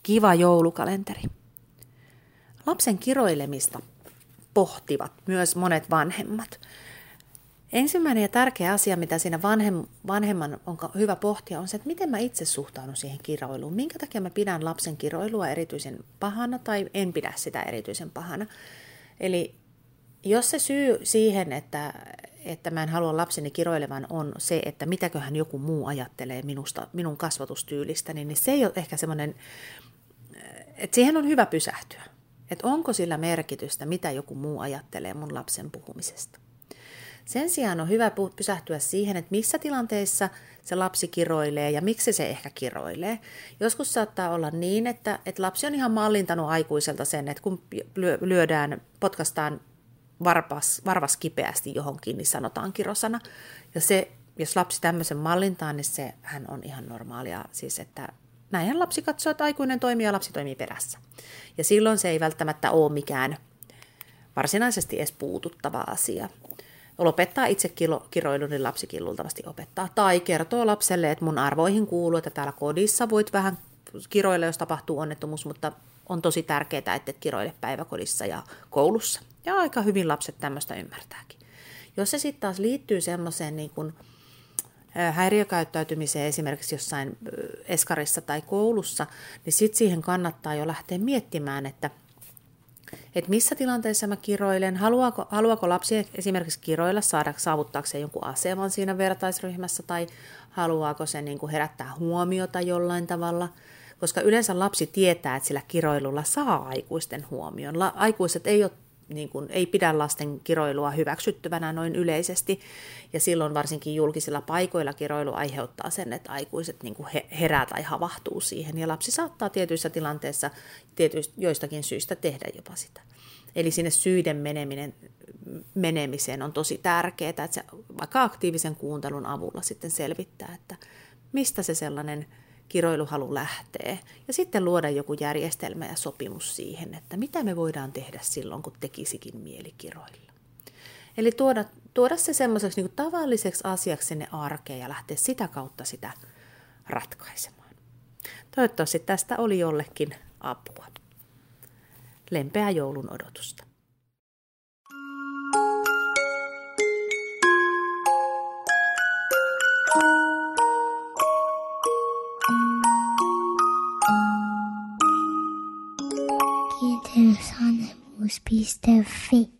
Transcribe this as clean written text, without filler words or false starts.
kiva joulukalenteri. Lapsen kiroilemista pohtivat myös monet vanhemmat. Ensimmäinen ja tärkeä asia, mitä siinä vanhemman on hyvä pohtia, on se, että miten mä itse suhtaudun siihen kiroiluun. Minkä takia mä pidän lapsen kiroilua erityisen pahana tai en pidä sitä erityisen pahana. Eli jos se syy siihen, että mä en halua lapseni kiroilevan, on se, että mitäköhän joku muu ajattelee minun kasvatustyylistäni, niin se ei ole ehkä semmoinen, että siihen on hyvä pysähtyä. Että onko sillä merkitystä, mitä joku muu ajattelee mun lapsen puhumisesta. Sen sijaan on hyvä pysähtyä siihen, että missä tilanteissa se lapsi kiroilee ja miksi se ehkä kiroilee. Joskus saattaa olla niin, että lapsi on ihan mallintanut aikuiselta sen, että kun potkastaan varvas kipeästi johonkin, niin sanotaan kirosana. Ja se, jos lapsi tämmöisen mallintaa, niin sehän on ihan normaalia. Siis, että näinhän lapsi katsoo, että aikuinen toimii ja lapsi toimii perässä. Ja silloin se ei välttämättä ole mikään varsinaisesti edes puututtava asia. Lopettaa itse kiroilun, niin lapsikin luultavasti opettaa. Tai kertoo lapselle, että mun arvoihin kuuluu, että täällä kodissa voit vähän kiroilla, jos tapahtuu onnettomuus, mutta on tosi tärkeää, että et kiroile päiväkodissa ja koulussa. Ja aika hyvin lapset tämmöistä ymmärtääkin. Jos se sitten taas liittyy semmoiseen niin kuin häiriökäyttäytymiseen esimerkiksi jossain eskarissa tai koulussa, niin sitten siihen kannattaa jo lähteä miettimään, että missä tilanteessa mä kiroilen, haluaako lapsi esimerkiksi kiroilla saavuttaakseen jonkun aseman siinä vertaisryhmässä tai haluaako se niin kuin herättää huomiota jollain tavalla, koska yleensä lapsi tietää, että sillä kiroilulla saa aikuisten huomion. Aikuiset ei pidä lasten kiroilua hyväksyttävänä noin yleisesti, ja silloin varsinkin julkisilla paikoilla kiroilu aiheuttaa sen, että aikuiset niin kuin herää tai havahtuu siihen, ja lapsi saattaa tietyissä tilanteissa joistakin syistä tehdä jopa sitä. Eli sinne syiden menemiseen on tosi tärkeää, että se vaikka aktiivisen kuuntelun avulla sitten selvittää, että mistä se sellainen kiroiluhalu lähtee, ja sitten luoda joku järjestelmä ja sopimus siihen, että mitä me voidaan tehdä silloin, kun tekisikin mieli kiroilla. Eli tuoda se semmoiseksi niin kuin tavalliseksi asiaksi sinne arkeen ja lähteä sitä kautta sitä ratkaisemaan. Toivottavasti tästä oli jollekin apua. Lempeää joulun odotusta. Kiitosvanhemmuus.fi